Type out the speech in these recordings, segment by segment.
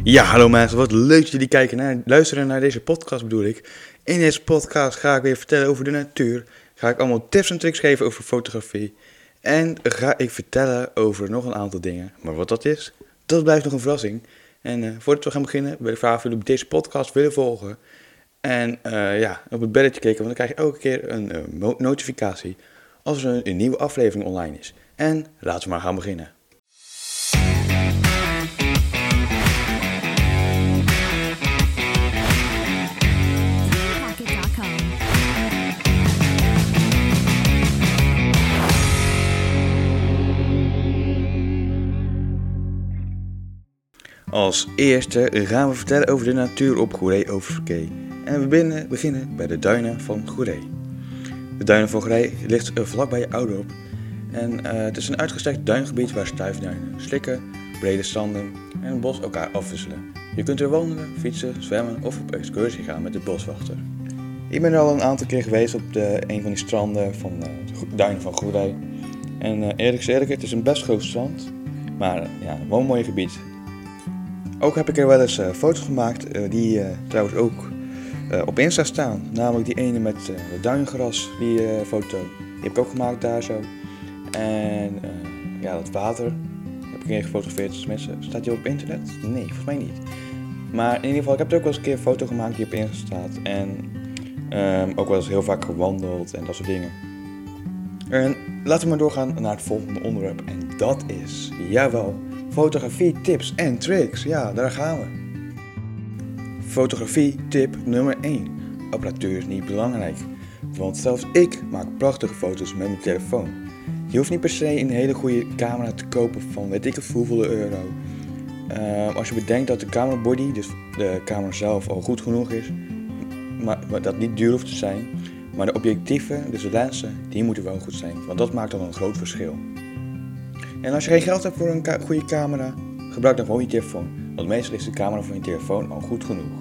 Ja, hallo mensen, wat leuk dat jullie luisteren naar deze podcast bedoel ik. In deze podcast ga ik weer vertellen over de natuur. Ga ik allemaal tips en tricks geven over fotografie. En ga ik vertellen over nog een aantal dingen. Maar wat dat is, dat blijft nog een verrassing. En voordat we gaan beginnen, wil ik vragen of jullie deze podcast willen volgen. En op het belletje klikken, want dan krijg je elke keer een notificatie als er een nieuwe aflevering online is. En laten we maar gaan beginnen. Als eerste gaan we vertellen over de natuur op Goeree-Oververkee. En we beginnen bij de duinen van Goeree. De duinen van Goeree ligt vlakbij Oudorp. En het is een uitgestrekt duingebied waar stuifduinen, slikken, brede stranden en het bos elkaar afwisselen. Je kunt er wandelen, fietsen, zwemmen of op excursie gaan met de boswachter. Ik ben er al een aantal keer geweest op een van die stranden van de duinen van Goeree. En eerlijk gezegd, het is een best groot strand, maar wel een mooi gebied. Ook heb ik er wel eens foto's gemaakt die trouwens ook op Insta staan. Namelijk die ene met het duingras, die foto. Die heb ik ook gemaakt daar zo. En dat water heb ik een keer gefotografeerd. Tenminste, staat die op internet? Nee, volgens mij niet. Maar in ieder geval, ik heb er ook wel eens een keer een foto gemaakt die op Insta staat. En ook wel eens heel vaak gewandeld en dat soort dingen. En laten we maar doorgaan naar het volgende onderwerp. En dat is, jawel, fotografie, tips en tricks. Ja, daar gaan we. Fotografie tip nummer 1. Apparatuur is niet belangrijk. Want zelfs ik maak prachtige foto's met mijn telefoon. Je hoeft niet per se een hele goede camera te kopen van weet ik hoeveel euro. Als je bedenkt dat de camerabody, dus de camera zelf, al goed genoeg is. Maar dat niet duur hoeft te zijn. Maar de objectieven, dus de lenzen, die moeten wel goed zijn. Want dat maakt dan een groot verschil. En als je geen geld hebt voor een goede camera, gebruik dan gewoon je telefoon. Want meestal is de camera van je telefoon al goed genoeg.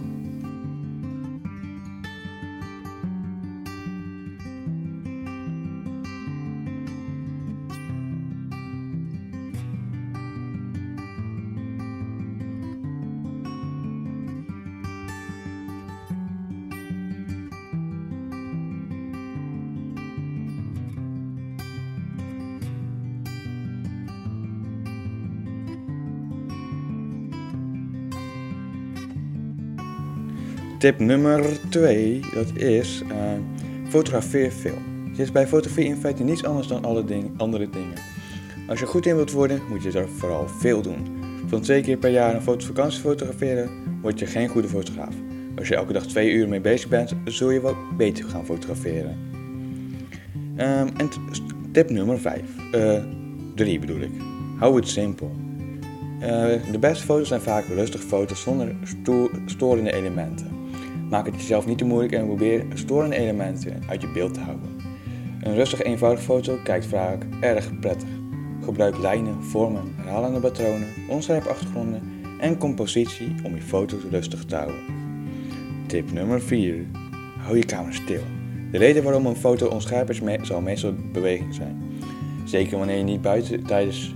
Tip nummer 2, dat is fotografeer veel. Het is bij fotografie in feite niets anders dan andere dingen. Als je goed in wilt worden, moet je er vooral veel doen. Van 2 keer per jaar een fotovakantie fotograferen, word je geen goede fotograaf. Als je elke dag 2 uur mee bezig bent, zul je wel beter gaan fotograferen. En tip nummer 5, 3 bedoel ik. Hou het simpel. De beste foto's zijn vaak rustige foto's zonder storende elementen. Maak het jezelf niet te moeilijk en probeer storende elementen uit je beeld te houden. Een rustige eenvoudige foto kijkt vaak erg prettig. Gebruik lijnen, vormen, herhalende patronen, onscherpe achtergronden en compositie om je foto's rustig te houden. Tip nummer 4. Hou je camera stil. De reden waarom een foto onscherp is zal meestal beweging zijn. Zeker wanneer je niet buiten tijdens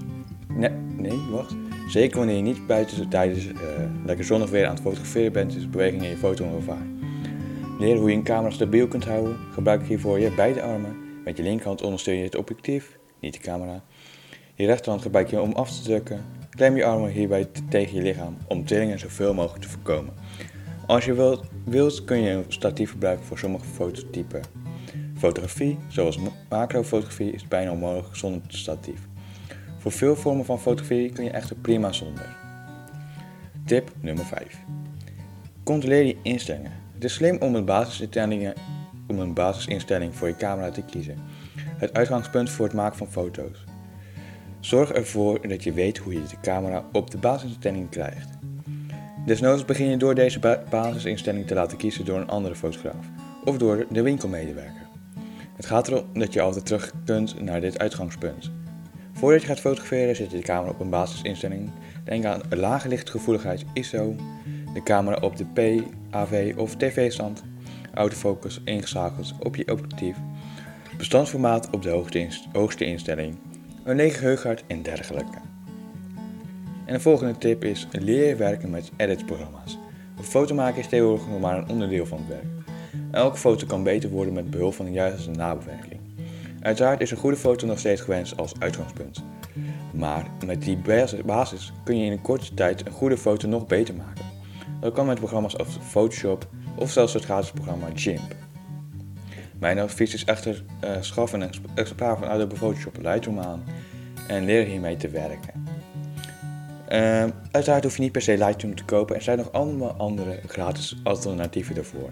lekker zonnig weer aan het fotograferen bent, is beweging in je foto een gevaar. Leer hoe je een camera stabiel kunt houden. Gebruik hiervoor je beide armen. Met je linkerhand ondersteun je het objectief, niet de camera. Je rechterhand gebruik je om af te drukken. Klem je armen hierbij tegen je lichaam om trillingen zoveel mogelijk te voorkomen. Als je wilt kun je een statief gebruiken voor sommige fototypen. Fotografie, zoals macrofotografie, is bijna onmogelijk zonder statief. Voor veel vormen van fotografie kun je echter prima zonder. Tip nummer 5. Controleer je instellingen. Het is slim om een basisinstelling voor je camera te kiezen. Het uitgangspunt voor het maken van foto's. Zorg ervoor dat je weet hoe je de camera op de basisinstelling krijgt. Desnoods begin je door deze basisinstelling te laten kiezen door een andere fotograaf of door de winkelmedewerker. Het gaat erom dat je altijd terug kunt naar dit uitgangspunt. Voordat je gaat fotograferen zet je de camera op een basisinstelling. Denk aan lage lichtgevoeligheid ISO, de camera op de P, AV of TV-stand, autofocus ingeschakeld op je objectief, bestandsformaat op de hoogste instelling, een lege geheugenkaart en dergelijke. En de volgende tip is leer werken met editprogramma's. Een foto maken is tegenwoordig nog maar een onderdeel van het werk. Elke foto kan beter worden met behulp van de juiste nabewerking. Uiteraard is een goede foto nog steeds gewenst als uitgangspunt. Maar met die basis kun je in een korte tijd een goede foto nog beter maken. Dat kan met programma's als Photoshop of zelfs het gratis programma GIMP. Mijn advies is echter schaf een exemplaar van Adobe Photoshop Lightroom aan en leer hiermee te werken. Uiteraard hoef je niet per se Lightroom te kopen, er zijn nog allemaal andere gratis alternatieven daarvoor.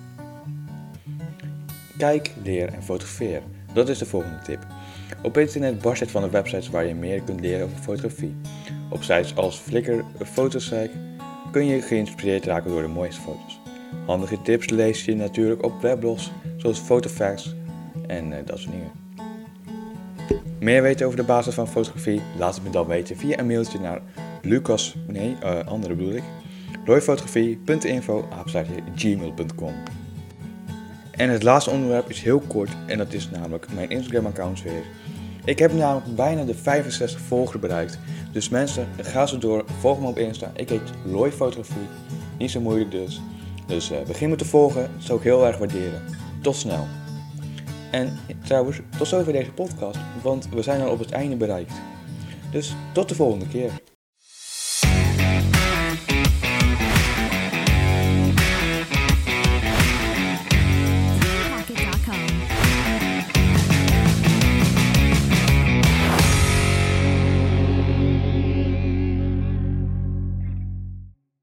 Kijk, leer en fotografeer. Dat is de volgende tip. Op internet barst het van de websites waar je meer kunt leren over fotografie. Op sites als Flickr of Photosec kun je geïnspireerd raken door de mooiste foto's. Handige tips lees je natuurlijk op weblogs zoals Photofacts en dat soort dingen. Meer weten over de basis van fotografie? Laat het me dan weten via een mailtje naar looifotografie.info@gmail.com. En het laatste onderwerp is heel kort en dat is namelijk mijn Instagram account weer. Ik heb namelijk bijna de 65 volgers bereikt. Dus mensen, ga zo door, volg me op Insta. Ik heet looifotografie, niet zo moeilijk dus. Dus begin me te volgen, dat zou ik heel erg waarderen. Tot snel. En trouwens, tot zover deze podcast, want we zijn al op het einde bereikt. Dus tot de volgende keer.